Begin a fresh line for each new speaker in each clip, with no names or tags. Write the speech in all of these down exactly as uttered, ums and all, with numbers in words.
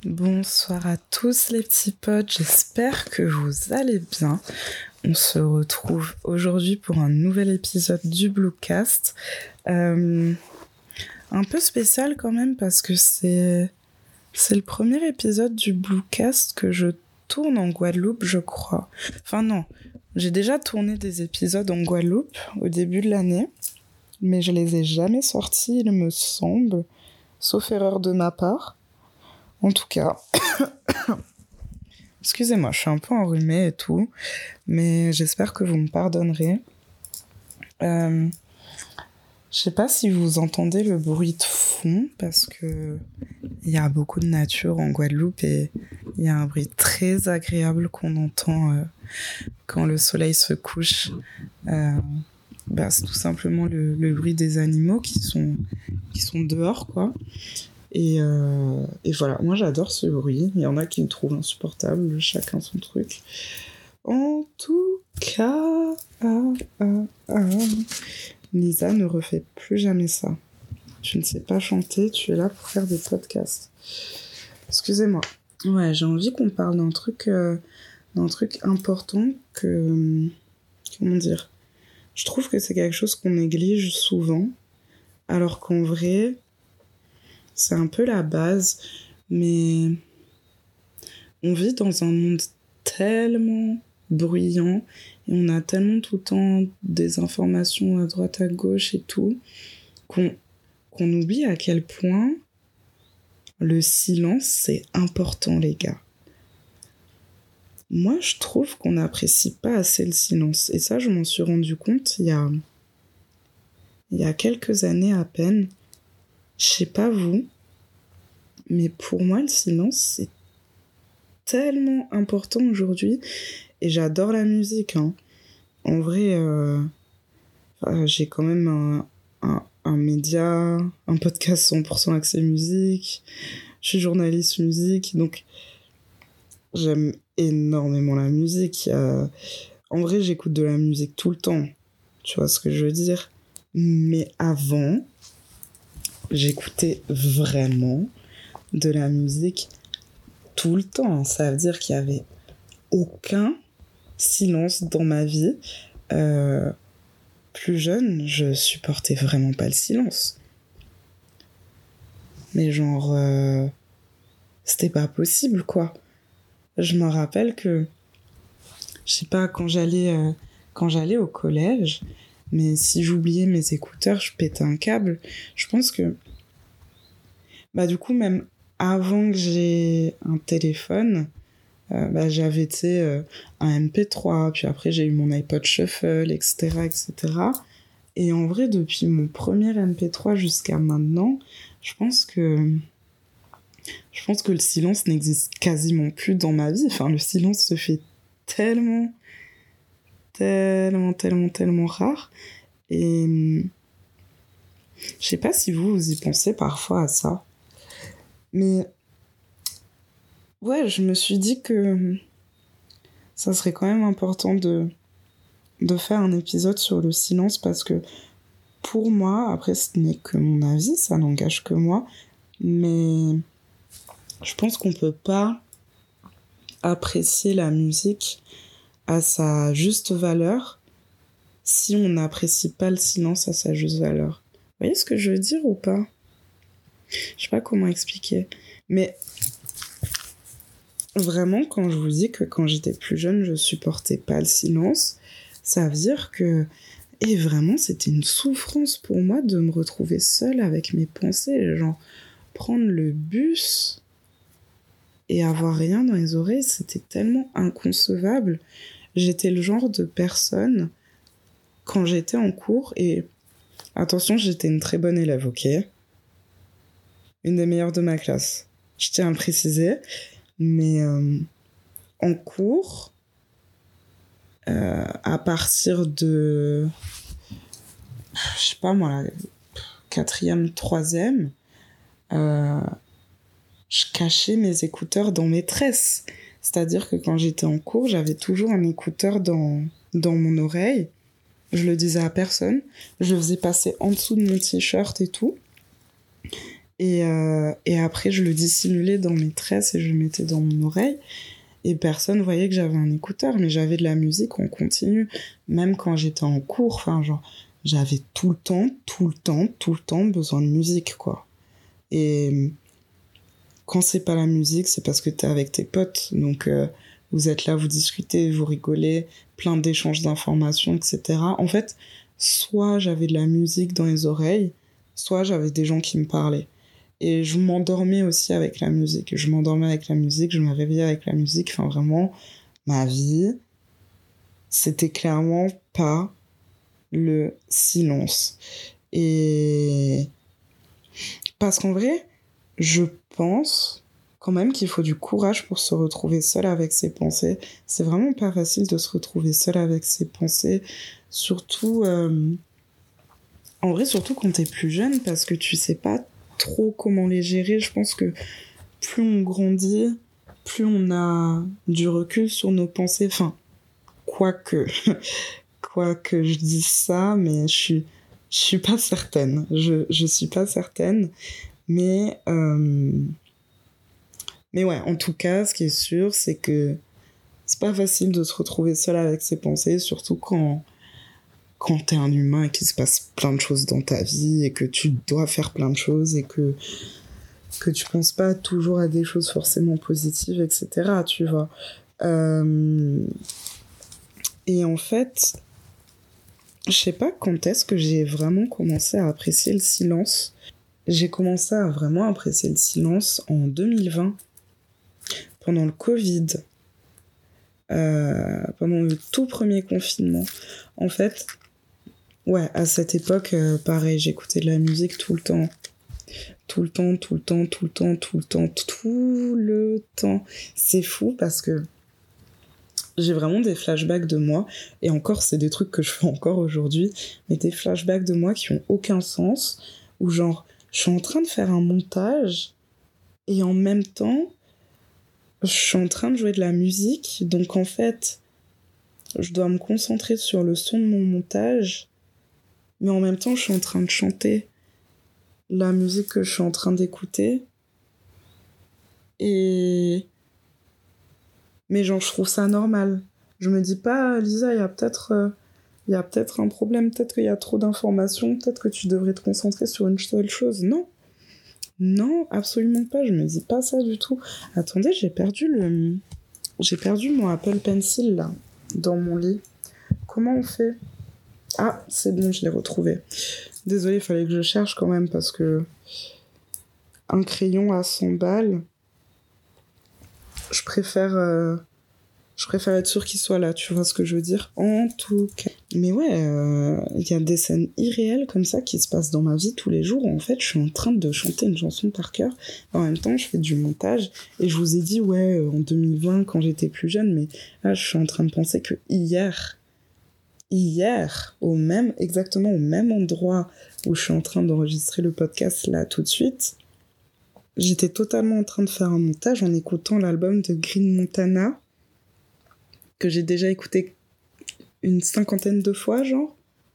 Bonsoir à tous les petits potes, j'espère que vous allez bien. On se retrouve aujourd'hui pour un nouvel épisode du Bluecast. Euh, un peu spécial quand même parce que c'est, c'est le premier épisode du Bluecast que je tourne en Guadeloupe, je crois. Enfin non, j'ai déjà tourné des épisodes en Guadeloupe au début de l'année, mais je les ai jamais sortis, il me semble, sauf erreur de ma part. En tout cas, excusez-moi, je suis un peu enrhumée et tout, mais j'espère que vous me pardonnerez. Euh, je sais pas si vous entendez le bruit de fond, parce que il y a beaucoup de nature en Guadeloupe et il y a un bruit très agréable qu'on entend euh, quand le soleil se couche. Euh, bah, c'est tout simplement le, le bruit des animaux qui sont, qui sont dehors, quoi. Et, euh, et voilà, moi j'adore ce bruit. Il y en a qui le trouvent insupportable, chacun son truc. En tout cas, ah, ah, ah. Lisa, ne refais plus jamais ça. Tu ne sais pas chanter, tu es là pour faire des podcasts. Excusez-moi. Ouais, j'ai envie qu'on parle d'un truc, euh, d'un truc important que... Comment dire ? Je trouve que c'est quelque chose qu'on néglige souvent, alors qu'en vrai... C'est un peu la base, mais on vit dans un monde tellement bruyant et on a tellement tout le temps des informations à droite à gauche et tout qu'on, qu'on oublie à quel point le silence c'est important, les gars. Moi, je trouve qu'on n'apprécie pas assez le silence et ça, je m'en suis rendu compte il y a, il y a quelques années à peine. Je sais pas vous, mais pour moi, le silence, c'est tellement important aujourd'hui. Et j'adore la musique. Hein. En vrai, euh, euh, j'ai quand même un, un, un média, un podcast cent pour cent accès musique. Je suis journaliste musique, donc j'aime énormément la musique. Euh, en vrai, j'écoute de la musique tout le temps. Tu vois ce que je veux dire ? Mais avant, j'écoutais vraiment de la musique tout le temps. Ça veut dire qu'il y avait aucun silence dans ma vie. Euh, plus jeune, je supportais vraiment pas le silence. Mais genre, euh, c'était pas possible, quoi. Je me rappelle que, je sais pas, quand j'allais, euh, quand j'allais au collège, mais si j'oubliais mes écouteurs, je pétais un câble. Je pense que, bah du coup, même avant que j'ai un téléphone, Euh, bah, j'avais, tu sais, euh, un M P trois, puis après j'ai eu mon iPod Shuffle, et cetera, et cetera. Et en vrai, depuis mon premier M P trois jusqu'à maintenant, je pense que je pense que le silence n'existe quasiment plus dans ma vie. Enfin, le silence se fait tellement, tellement, tellement, tellement rare. Et je sais pas si vous, vous y pensez parfois à ça. Mais ouais, je me suis dit que ça serait quand même important de de faire un épisode sur le silence parce que pour moi, après ce n'est que mon avis, ça n'engage que moi, mais je pense qu'on peut pas apprécier la musique à sa juste valeur si on n'apprécie pas le silence à sa juste valeur. Vous voyez ce que je veux dire ou pas ? Je sais pas comment expliquer, mais vraiment quand je vous dis que quand j'étais plus jeune, je supportais pas le silence, ça veut dire que et vraiment, c'était une souffrance pour moi de me retrouver seule avec mes pensées. Genre, prendre le bus et avoir rien dans les oreilles, c'était tellement inconcevable. J'étais le genre de personne, quand j'étais en cours, et attention, j'étais une très bonne élève, ok ? Une des meilleures de ma classe. Je tiens à le préciser. Mais euh, en cours, euh, à partir de... je sais pas moi, la quatrième, troisième, euh, je cachais mes écouteurs dans mes tresses. C'est-à-dire que quand j'étais en cours, j'avais toujours un écouteur dans, dans mon oreille. Je le disais à personne. Je le faisais passer en dessous de mon t-shirt et tout. Et, euh, et après, je le dissimulais dans mes tresses et je le mettais dans mon oreille. Et personne voyait que j'avais un écouteur, mais j'avais de la musique en continu. Même quand j'étais en cours, enfin, genre, j'avais tout le temps, tout le temps, tout le temps besoin de musique, quoi. Et quand c'est pas la musique, c'est parce que t'es avec tes potes. Donc, euh, vous êtes là, vous discutez, vous rigolez, plein d'échanges d'informations, et cetera. En fait, soit j'avais de la musique dans les oreilles, soit j'avais des gens qui me parlaient. Et je m'endormais aussi avec la musique. Je m'endormais avec la musique, je me réveillais avec la musique. Enfin, vraiment, ma vie, c'était clairement pas le silence. Et parce qu'en vrai, je pense quand même qu'il faut du courage pour se retrouver seul avec ses pensées. C'est vraiment pas facile de se retrouver seul avec ses pensées. Surtout, euh... en vrai, surtout quand t'es plus jeune, parce que tu sais pas trop comment les gérer. Je pense que plus on grandit, plus on a du recul sur nos pensées. Enfin, quoique, quoique je dise ça, mais je suis, je suis pas certaine. Je, je suis pas certaine. Mais, euh... mais ouais, en tout cas, ce qui est sûr, c'est que c'est pas facile de se retrouver seul avec ses pensées, surtout quand, quand t'es un humain et qu'il se passe plein de choses dans ta vie et que tu dois faire plein de choses et que, que tu penses pas toujours à des choses forcément positives, et cetera, tu vois. Euh... Et en fait, je sais pas quand est-ce que j'ai vraiment commencé à apprécier le silence. J'ai commencé à vraiment apprécier le silence en deux mille vingt, pendant le Covid, euh, pendant le tout premier confinement. En fait, ouais, à cette époque, euh, pareil, j'écoutais de la musique tout le temps. Tout le temps, tout le temps, tout le temps, tout le temps, tout le temps. C'est fou parce que j'ai vraiment des flashbacks de moi, et encore, c'est des trucs que je fais encore aujourd'hui, mais des flashbacks de moi qui ont aucun sens, où genre, je suis en train de faire un montage, et en même temps, je suis en train de jouer de la musique, donc en fait, je dois me concentrer sur le son de mon montage, mais en même temps, je suis en train de chanter la musique que je suis en train d'écouter. Et... Mais genre, je trouve ça normal. Je me dis pas, Lisa, il y a peut-être... Euh, il y a peut-être un problème, peut-être qu'il y a trop d'informations, peut-être que tu devrais te concentrer sur une seule chose. Non. Non, absolument pas, je me dis pas ça du tout. Attendez, j'ai perdu le... J'ai perdu mon Apple Pencil, là, dans mon lit. Comment on fait ? Ah, c'est bon, je l'ai retrouvé. Désolée, il fallait que je cherche quand même, parce que... Un crayon à cent balles... Je préfère... Euh... Je préfère être sûre qu'il soit là, tu vois ce que je veux dire ? En tout cas. Mais ouais, il euh, y a des scènes irréelles comme ça qui se passent dans ma vie tous les jours où en fait je suis en train de chanter une chanson par cœur. En même temps, je fais du montage. Et je vous ai dit, ouais, en deux mille vingt, quand j'étais plus jeune, mais là, je suis en train de penser que hier, hier, au même, exactement au même endroit où je suis en train d'enregistrer le podcast là tout de suite, j'étais totalement en train de faire un montage en écoutant l'album de Green Montana, que j'ai déjà écouté une cinquantaine de fois, genre.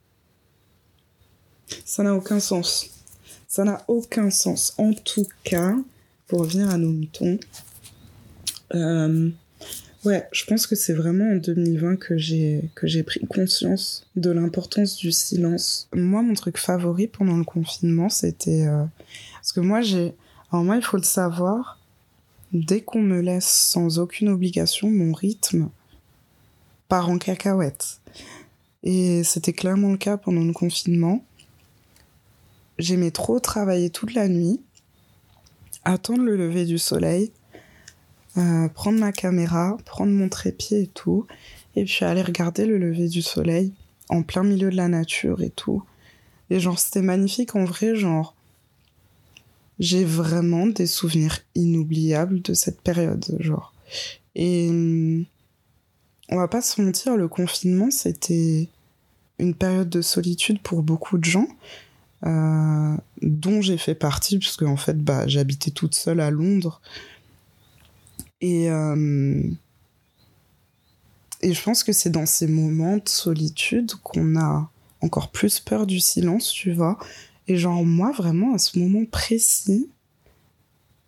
Ça n'a aucun sens. Ça n'a aucun sens. En tout cas, pour revenir à nos moutons, euh, ouais, je pense que c'est vraiment en deux mille vingt que j'ai, que j'ai pris conscience de l'importance du silence. Moi, mon truc favori pendant le confinement, c'était... Euh, parce que moi, j'ai... Alors moi, il faut le savoir, dès qu'on me laisse sans aucune obligation, mon rythme part en cacahuète. Et c'était clairement le cas pendant le confinement. J'aimais trop travailler toute la nuit, attendre le lever du soleil, euh, prendre ma caméra, prendre mon trépied et tout, et puis aller regarder le lever du soleil en plein milieu de la nature et tout. Et genre, c'était magnifique en vrai, genre, j'ai vraiment des souvenirs inoubliables de cette période, genre. Et... on va pas se mentir, le confinement, c'était une période de solitude pour beaucoup de gens, euh, dont j'ai fait partie, puisque en fait, bah, j'habitais toute seule à Londres. Et, euh, et je pense que c'est dans ces moments de solitude qu'on a encore plus peur du silence, tu vois. Et genre, moi, vraiment, à ce moment précis,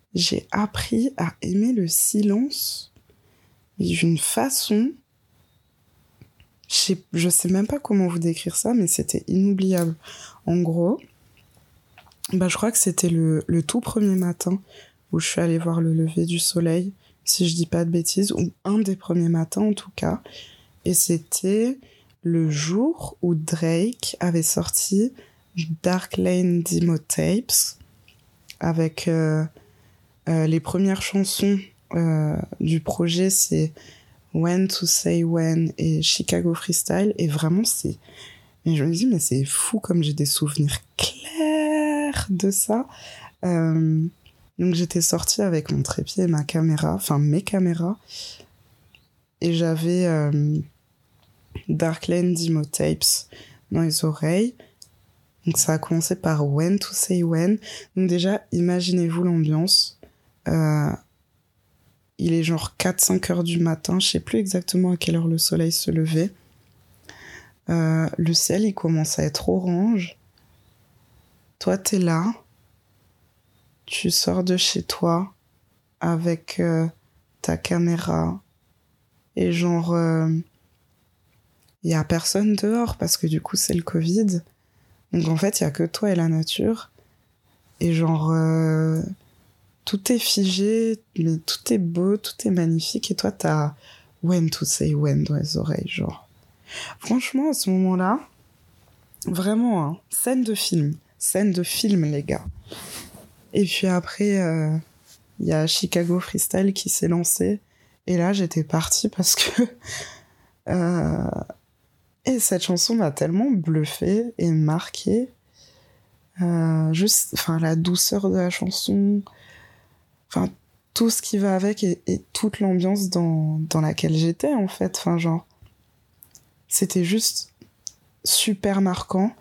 j'ai appris à aimer le silence d'une façon... Je sais, je sais même pas comment vous décrire ça, mais c'était inoubliable. En gros, bah, je crois que c'était le, le tout premier matin où je suis allée voir le lever du soleil, si je dis pas de bêtises, ou un des premiers matins en tout cas. Et c'était le jour où Drake avait sorti Dark Lane Demo Tapes avec euh, euh, les premières chansons euh, du projet, c'est When to Say When et Chicago Freestyle. Et vraiment, c'est... Et je me dis, mais c'est fou comme j'ai des souvenirs clairs de ça. Euh... Donc j'étais sortie avec mon trépied et ma caméra, enfin mes caméras. Et j'avais euh, Dark Lane Demo Tapes dans les oreilles. Donc ça a commencé par When to Say When. Donc déjà, imaginez-vous l'ambiance. Euh... Il est genre quatre cinq heures du matin, je sais plus exactement à quelle heure le soleil se levait. Euh, le ciel, il commence à être orange. Toi, t'es là. Tu sors de chez toi avec euh, ta caméra. Et genre, il euh, y a personne dehors parce que du coup, c'est le Covid. Donc en fait, il y a que toi et la nature. Et genre... Euh, tout est figé, mais tout est beau, tout est magnifique, et toi, t'as When to Say When dans les oreilles, genre. Franchement, à ce moment-là, vraiment, hein, scène de film. Scène de film, les gars. Et puis après, il euh, y a Chicago Freestyle qui s'est lancé, et là, j'étais partie parce que... euh, et cette chanson m'a tellement bluffée et marquée. Euh, juste, enfin, la douceur de la chanson... Enfin, tout ce qui va avec et, et toute l'ambiance dans, dans laquelle j'étais, en fait. Enfin, genre, c'était juste super marquant.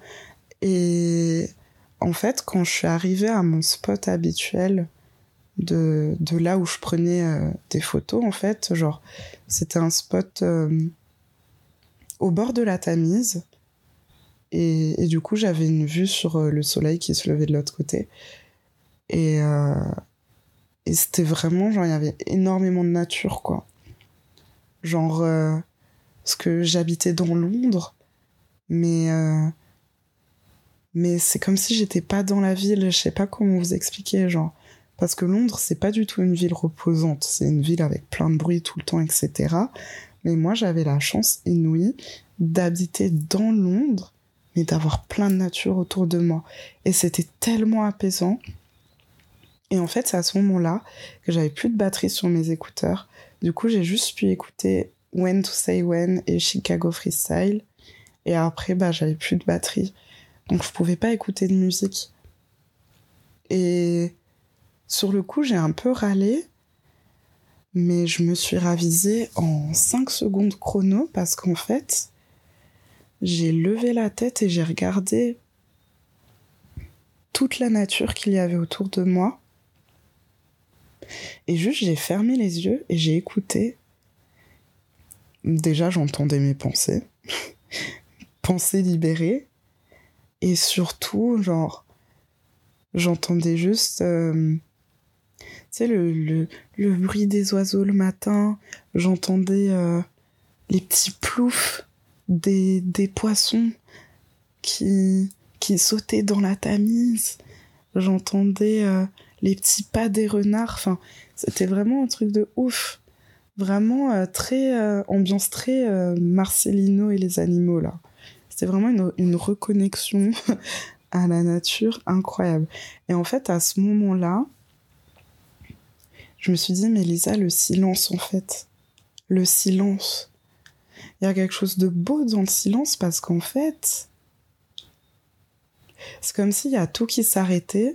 Et en fait, quand je suis arrivée à mon spot habituel de, de là où je prenais euh, des photos, en fait, genre, c'était un spot euh, au bord de la Tamise. Et, et du coup, j'avais une vue sur euh, le soleil qui se levait de l'autre côté. Et... Euh, Et c'était vraiment, genre, il y avait énormément de nature, quoi. Genre, euh, parce que j'habitais dans Londres, mais, euh, mais c'est comme si j'étais pas dans la ville, je sais pas comment vous expliquer, genre. Parce que Londres, c'est pas du tout une ville reposante, c'est une ville avec plein de bruit tout le temps, et cetera. Mais moi, j'avais la chance inouïe d'habiter dans Londres, mais d'avoir plein de nature autour de moi. Et c'était tellement apaisant. Et en fait, c'est à ce moment-là que j'avais plus de batterie sur mes écouteurs. Du coup, j'ai juste pu écouter When to Say When et Chicago Freestyle. Et après, bah, j'avais plus de batterie. Donc, je pouvais pas écouter de musique. Et sur le coup, j'ai un peu râlé. Mais je me suis ravisée en cinq secondes chrono parce qu'en fait, j'ai levé la tête et j'ai regardé toute la nature qu'il y avait autour de moi. Et juste, j'ai fermé les yeux et j'ai écouté. Déjà, j'entendais mes pensées. Pensées libérées. Et surtout, genre, j'entendais juste... Euh, tu sais, le, le, le bruit des oiseaux le matin. J'entendais euh, les petits ploufs des, des poissons qui, qui sautaient dans la Tamise. J'entendais... Euh, les petits pas des renards, enfin, c'était vraiment un truc de ouf. Vraiment euh, très... Euh, ambiance très euh, Marcelino et les animaux, là. C'était vraiment une, une reconnexion à la nature incroyable. Et en fait, à ce moment-là, je me suis dit, mais Lisa, le silence, en fait. Le silence. Il y a quelque chose de beau dans le silence parce qu'en fait, c'est comme s'il y a tout qui s'arrêtait.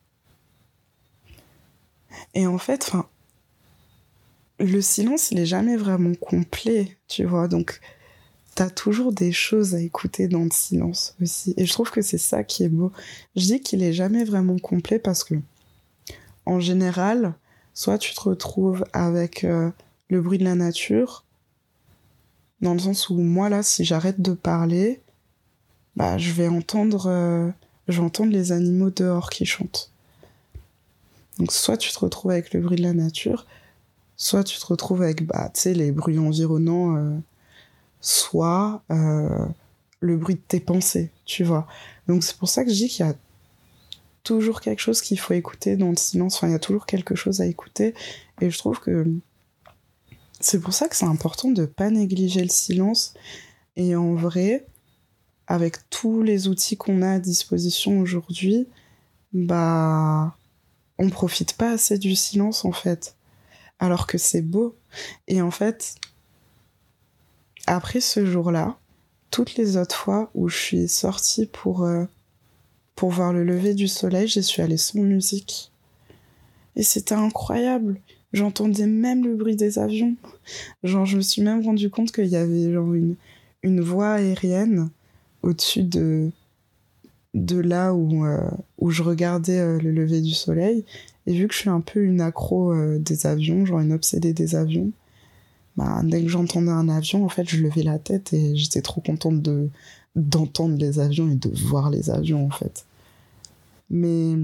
Et en fait, enfin, le silence, il est jamais vraiment complet, tu vois. Donc, t'as toujours des choses à écouter dans le silence aussi. Et je trouve que c'est ça qui est beau. Je dis qu'il est jamais vraiment complet parce que, en général, soit tu te retrouves avec euh, le bruit de la nature, dans le sens où moi, là, si j'arrête de parler, bah, je vais entendre, euh, je vais entendre les animaux dehors qui chantent. Donc soit tu te retrouves avec le bruit de la nature, soit tu te retrouves avec bah, tu sais, les bruits environnants, euh, soit euh, le bruit de tes pensées, tu vois. Donc c'est pour ça que je dis qu'il y a toujours quelque chose qu'il faut écouter dans le silence, enfin il y a toujours quelque chose à écouter, et je trouve que c'est pour ça que c'est important de pas négliger le silence, et en vrai, avec tous les outils qu'on a à disposition aujourd'hui, bah on profite pas assez du silence en fait, alors que c'est beau. Et en fait, après ce jour-là, toutes les autres fois où je suis sortie pour, euh, pour voir le lever du soleil, j'y suis allée sans musique. Et c'était incroyable. J'entendais même le bruit des avions. Genre, je me suis même rendu compte qu'il y avait genre une, une voie aérienne au-dessus de, de là où, euh, où je regardais euh, le lever du soleil. Et vu que je suis un peu une accro euh, des avions, genre une obsédée des avions, bah, dès que j'entendais un avion, en fait, je levais la tête et j'étais trop contente de, d'entendre les avions et de voir les avions, en fait. Mais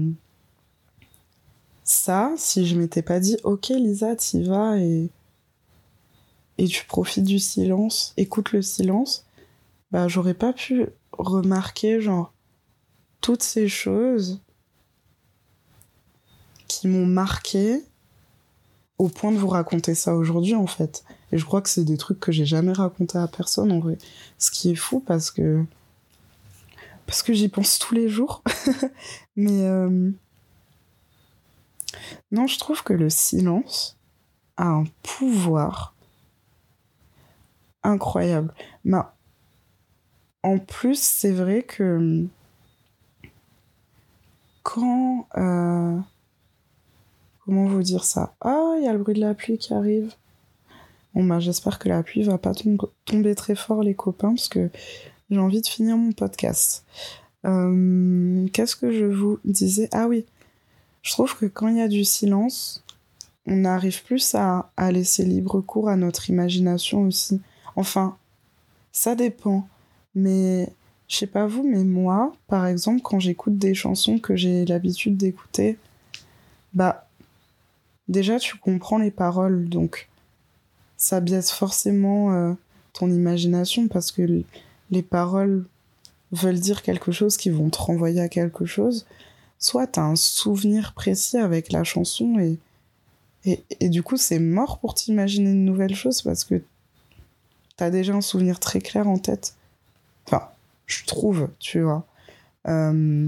ça, si je m'étais pas dit, ok Lisa, t'y vas et, et tu profites du silence, écoute le silence, bah j'aurais pas pu remarquer, genre, toutes ces choses qui m'ont marqué au point de vous raconter ça aujourd'hui, en fait. Et je crois que c'est des trucs que j'ai jamais raconté à personne, en vrai. Ce qui est fou, parce que... Parce que j'y pense tous les jours. Mais... Euh... Non, je trouve que le silence a un pouvoir incroyable. Mais en plus, c'est vrai que... Quand... Euh... Comment vous dire ça? Ah, il y a le bruit de la pluie qui arrive. Bon, bah, j'espère que la pluie va pas tom- tomber très fort, les copains, parce que j'ai envie de finir mon podcast. Euh, qu'est-ce que je vous disais? Ah oui, je trouve que quand il y a du silence, on arrive plus à, à laisser libre cours à notre imagination aussi. Enfin, ça dépend. Mais, je sais pas vous, mais moi, par exemple, quand j'écoute des chansons que j'ai l'habitude d'écouter, bah, déjà, tu comprends les paroles, donc ça biaise forcément euh, ton imagination, parce que l- les paroles veulent dire quelque chose, qui vont te renvoyer à quelque chose. Soit t'as un souvenir précis avec la chanson, et, et, et du coup, c'est mort pour t'imaginer une nouvelle chose, parce que t'as déjà un souvenir très clair en tête. Enfin, je trouve, tu vois. Euh,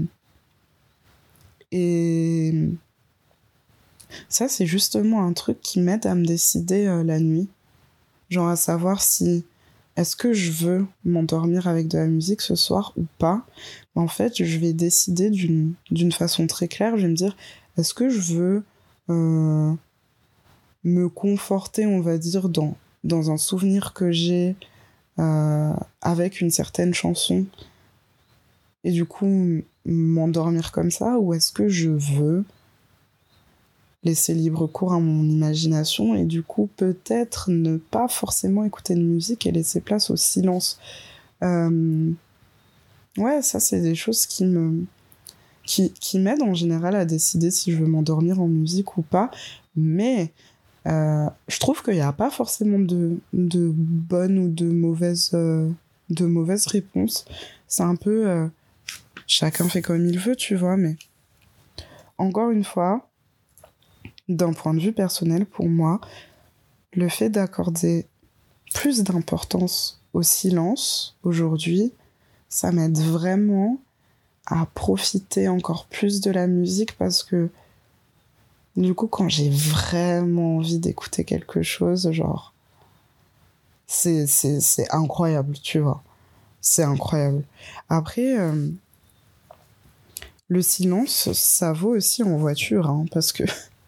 et ça, c'est justement un truc qui m'aide à me décider euh, la nuit. Genre à savoir si est-ce que je veux m'endormir avec de la musique ce soir ou pas. En fait, je vais décider d'une, d'une façon très claire. Je vais me dire, est-ce que je veux euh, me conforter, on va dire, dans, dans un souvenir que j'ai euh, avec une certaine chanson, et du coup m- m'endormir comme ça, ou est-ce que je veux laisser libre cours à mon imagination, et du coup peut-être ne pas forcément écouter de musique et laisser place au silence. Euh, ouais, ça c'est des choses qui me qui, qui m'aident en général à décider si je veux m'endormir en musique ou pas. Mais euh, je trouve qu'il n'y a pas forcément de, de bonnes ou de mauvaises, euh, de mauvaises réponses. C'est un peu... euh, chacun fait comme il veut, tu vois, mais encore une fois, d'un point de vue personnel, pour moi, le fait d'accorder plus d'importance au silence aujourd'hui, ça m'aide vraiment à profiter encore plus de la musique, parce que du coup, quand j'ai vraiment envie d'écouter quelque chose, genre, c'est, c'est, c'est incroyable, tu vois. C'est incroyable. Après, euh, le silence, ça vaut aussi en voiture, hein, parce que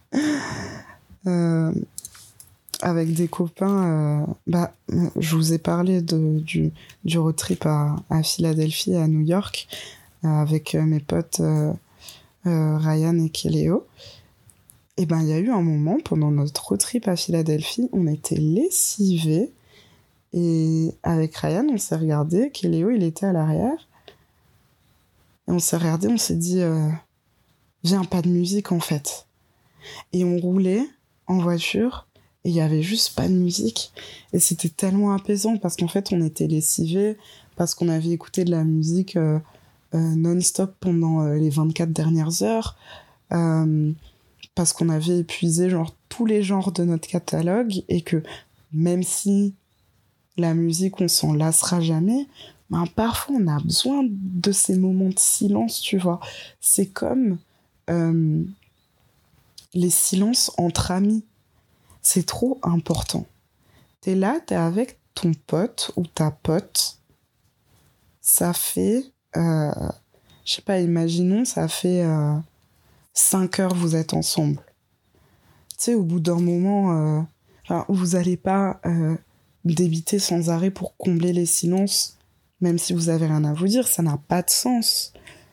euh, avec des copains, euh, bah, je vous ai parlé de, du, du road trip à, à Philadelphie et à New York, euh, avec euh, mes potes euh, euh, Ryan et Kéléo. Et ben, il y a eu un moment, pendant notre road trip à Philadelphie, on était lessivés, et avec Ryan, on s'est regardé, Kéléo, il était à l'arrière, et on s'est regardé, on s'est dit, euh, viens, pas de musique, en fait. Et on roulait en voiture et il y avait juste pas de musique. Et c'était tellement apaisant parce qu'en fait, on était lessivés, parce qu'on avait écouté de la musique euh, euh, non-stop pendant euh, les vingt-quatre dernières heures, euh, parce qu'on avait épuisé genre tous les genres de notre catalogue et que même si la musique, on s'en lassera jamais, ben parfois on a besoin de ces moments de silence, tu vois. C'est comme euh, les silences entre amis. C'est trop important. T'es là, t'es avec ton pote ou ta pote. Ça fait, euh, je sais pas, imaginons, ça fait euh, cinq heures vous êtes ensemble. Tu sais, au bout d'un moment, euh, enfin, vous allez pas euh, débiter sans arrêt pour combler les silences, même si vous avez rien à vous dire, ça n'a pas de sens.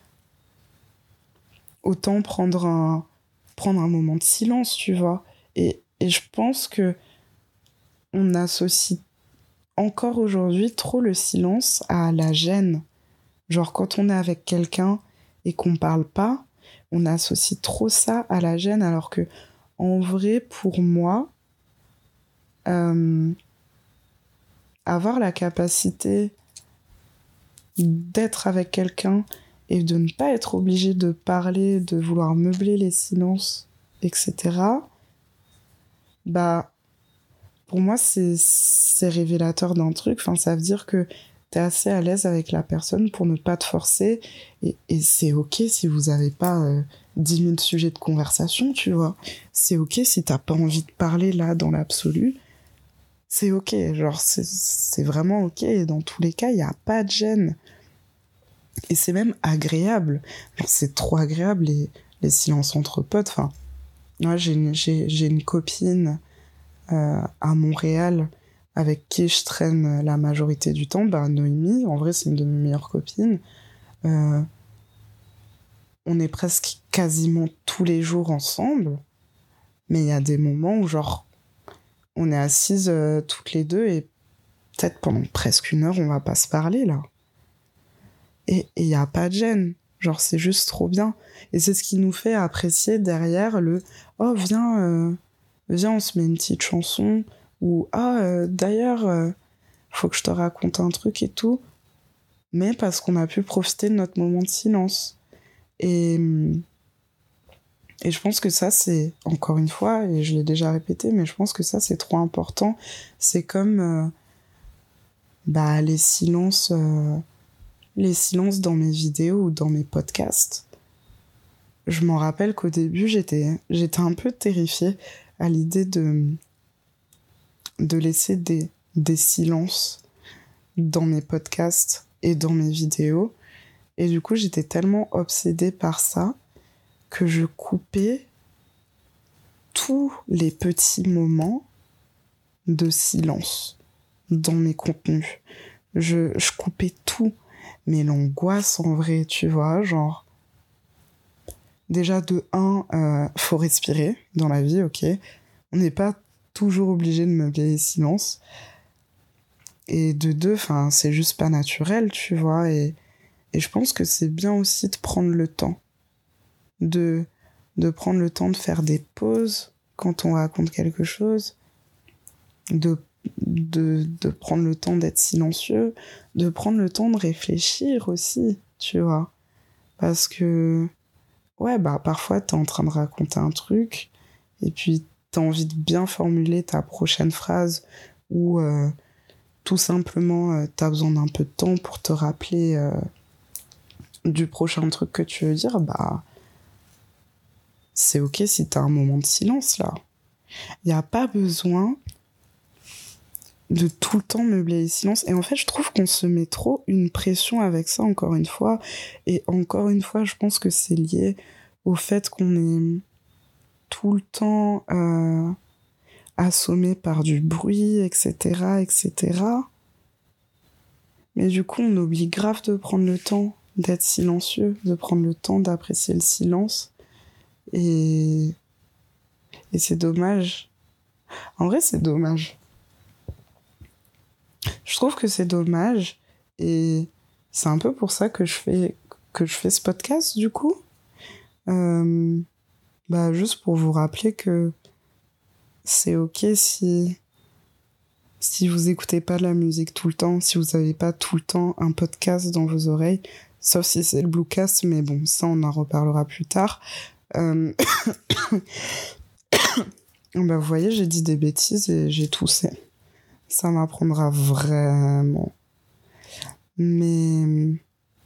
Autant prendre un, prendre un moment de silence, tu vois. Et, et je pense que on associe encore aujourd'hui trop le silence à la gêne. Genre quand on est avec quelqu'un et qu'on parle pas, on associe trop ça à la gêne, alors que en vrai, pour moi, euh, avoir la capacité d'être avec quelqu'un et de ne pas être obligé de parler, de vouloir meubler les silences, et cetera, bah, pour moi, c'est, c'est révélateur d'un truc. Enfin, ça veut dire que t'es assez à l'aise avec la personne pour ne pas te forcer. Et, et c'est OK si vous avez pas euh, dix mille sujets de conversation, tu vois. C'est OK si t'as pas envie de parler là, dans l'absolu. C'est OK. Genre, c'est, c'est vraiment OK. Et dans tous les cas, il n'y a pas de gêne. Et c'est même agréable. Genre, c'est trop agréable, les, les silences entre potes. Enfin, moi, j'ai une, j'ai, j'ai une copine euh, à Montréal avec qui je traîne la majorité du temps. Bah, Noémie, en vrai, c'est une de mes meilleures copines. Euh, on est presque quasiment tous les jours ensemble. Mais il y a des moments où, genre, on est assises euh, toutes les deux et peut-être pendant presque une heure, on va pas se parler, là. Et il n'y a pas de gêne. Genre, c'est juste trop bien. Et c'est ce qui nous fait apprécier derrière le « Oh, viens, euh, viens, on se met une petite chanson » ou « Ah, euh, d'ailleurs, euh, faut que je te raconte un truc et tout. » Mais parce qu'on a pu profiter de notre moment de silence. Et, et je pense que ça, c'est, encore une fois, et je l'ai déjà répété, mais je pense que ça, c'est trop important. C'est comme euh, bah, les silences... Euh, les silences dans mes vidéos ou dans mes podcasts. Je m'en rappelle qu'au début, j'étais, j'étais un peu terrifiée à l'idée de, de laisser des, des silences dans mes podcasts et dans mes vidéos. Et du coup, j'étais tellement obsédée par ça que je coupais tous les petits moments de silence dans mes contenus. Je, je coupais tout. Mais l'angoisse, en vrai, tu vois, genre... Déjà, de un, euh, faut respirer dans la vie, ok. On n'est pas toujours obligé de meubler les silences. Et de deux, enfin, c'est juste pas naturel, tu vois. Et, et je pense que c'est bien aussi de prendre le temps. De, de prendre le temps de faire des pauses quand on raconte quelque chose. De De, de prendre le temps d'être silencieux, de prendre le temps de réfléchir aussi, tu vois. Parce que, ouais, bah parfois t'es en train de raconter un truc, et puis t'as envie de bien formuler ta prochaine phrase, ou euh, tout simplement euh, t'as besoin d'un peu de temps pour te rappeler euh, du prochain truc que tu veux dire, bah c'est ok si t'as un moment de silence là. Y a pas besoin de tout le temps meubler les silences. Et en fait, je trouve qu'on se met trop une pression avec ça, encore une fois. Et encore une fois, je pense que c'est lié au fait qu'on est tout le temps euh, assommé par du bruit, et cetera, et cetera. Mais du coup, on oublie grave de prendre le temps d'être silencieux, de prendre le temps d'apprécier le silence. Et, et c'est dommage. En vrai, c'est dommage. Je trouve que c'est dommage, et c'est un peu pour ça que je fais, que je fais ce podcast, du coup. Euh, Bah, juste pour vous rappeler que c'est ok si, si vous écoutez pas de la musique tout le temps, si vous avez pas tout le temps un podcast dans vos oreilles, sauf si c'est le Bluecast, mais bon, ça on en reparlera plus tard. Euh... bah, vous voyez, j'ai dit des bêtises et j'ai toussé. Ça m'apprendra vraiment. Mais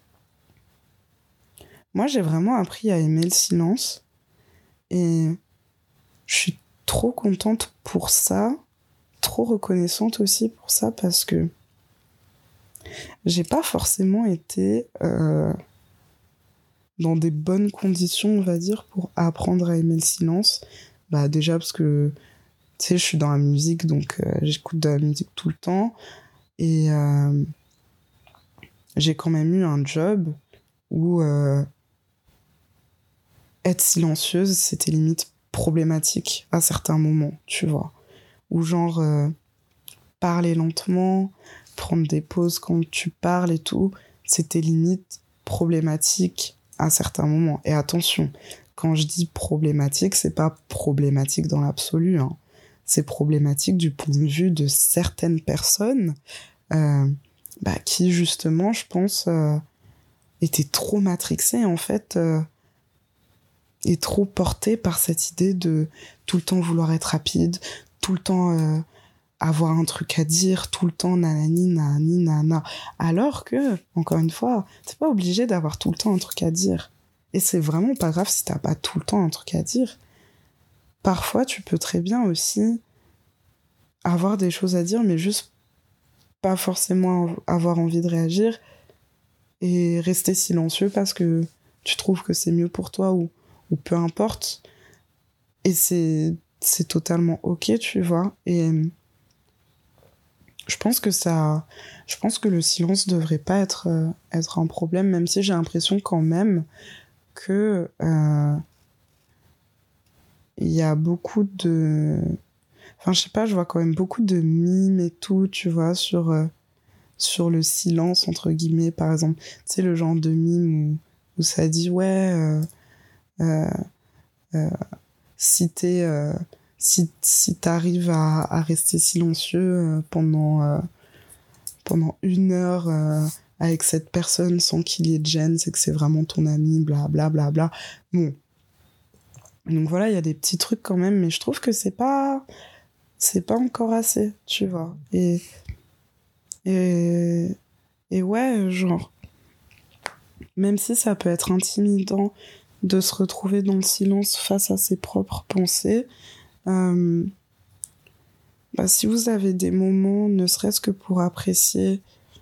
moi, j'ai vraiment appris à aimer le silence. Et je suis trop contente pour ça, trop reconnaissante aussi pour ça, parce que j'ai pas forcément été euh, dans des bonnes conditions, on va dire, pour apprendre à aimer le silence. Bah déjà parce que, tu sais, je suis dans la musique, donc euh, j'écoute de la musique tout le temps. Et euh, j'ai quand même eu un job où euh, être silencieuse, c'était limite problématique à certains moments, tu vois. Ou genre, euh, parler lentement, prendre des pauses quand tu parles et tout, c'était limite problématique à certains moments. Et attention, quand je dis problématique, c'est pas problématique dans l'absolu, hein. C'est problématique du point de vue de certaines personnes euh, bah, qui, justement, je pense, euh, étaient trop matrixées, en fait, euh, et trop portées par cette idée de tout le temps vouloir être rapide, tout le temps euh, avoir un truc à dire, tout le temps nanani, nanani, nana. Alors que, encore une fois, t'es pas obligé d'avoir tout le temps un truc à dire. Et c'est vraiment pas grave si t'as pas tout le temps un truc à dire. Parfois, tu peux très bien aussi avoir des choses à dire, mais juste pas forcément avoir envie de réagir et rester silencieux parce que tu trouves que c'est mieux pour toi ou, ou peu importe. Et c'est, c'est totalement ok, tu vois. Et je pense que ça, je pense que le silence devrait pas être, euh, être un problème, même si j'ai l'impression quand même que euh, il y a beaucoup de... Enfin, je sais pas, je vois quand même beaucoup de mimes et tout, tu vois, sur, euh, sur le silence, entre guillemets, par exemple. Tu sais, le genre de mime où, où ça dit, ouais, euh, euh, euh, si t'es... Euh, si, si t'arrives à, à rester silencieux euh, pendant, euh, pendant une heure euh, avec cette personne sans qu'il y ait de gêne, c'est que c'est vraiment ton ami, blablabla. Bla, bla, bla. Bon. Donc voilà, il y a des petits trucs quand même, mais je trouve que c'est pas... c'est pas encore assez, tu vois. Et... Et... Et ouais, genre... Même si ça peut être intimidant de se retrouver dans le silence face à ses propres pensées, euh... bah, si vous avez des moments, ne serait-ce que pour apprécier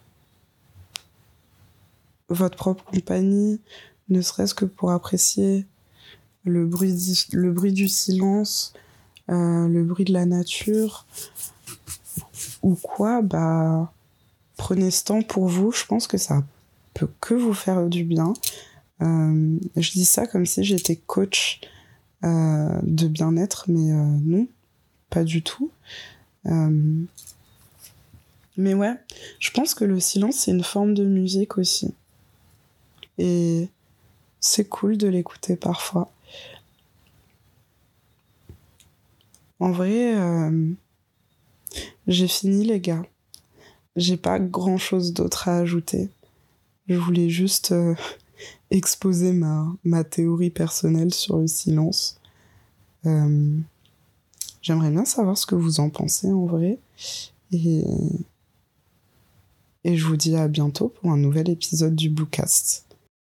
votre propre compagnie, ne serait-ce que pour apprécier le bruit du, le bruit du silence, euh, le bruit de la nature, ou quoi, bah, prenez ce temps pour vous. Je pense que ça peut que vous faire du bien. Euh, je dis ça comme si j'étais coach euh, de bien-être, mais euh, non, pas du tout. Euh, mais ouais, je pense que le silence, c'est une forme de musique aussi. Et c'est cool de l'écouter parfois. En vrai, euh, j'ai fini, les gars. J'ai pas grand-chose d'autre à ajouter. Je voulais juste euh, exposer ma, ma théorie personnelle sur le silence. Euh, j'aimerais bien savoir ce que vous en pensez, en vrai. Et, et je vous dis à bientôt pour un nouvel épisode du Bluecast.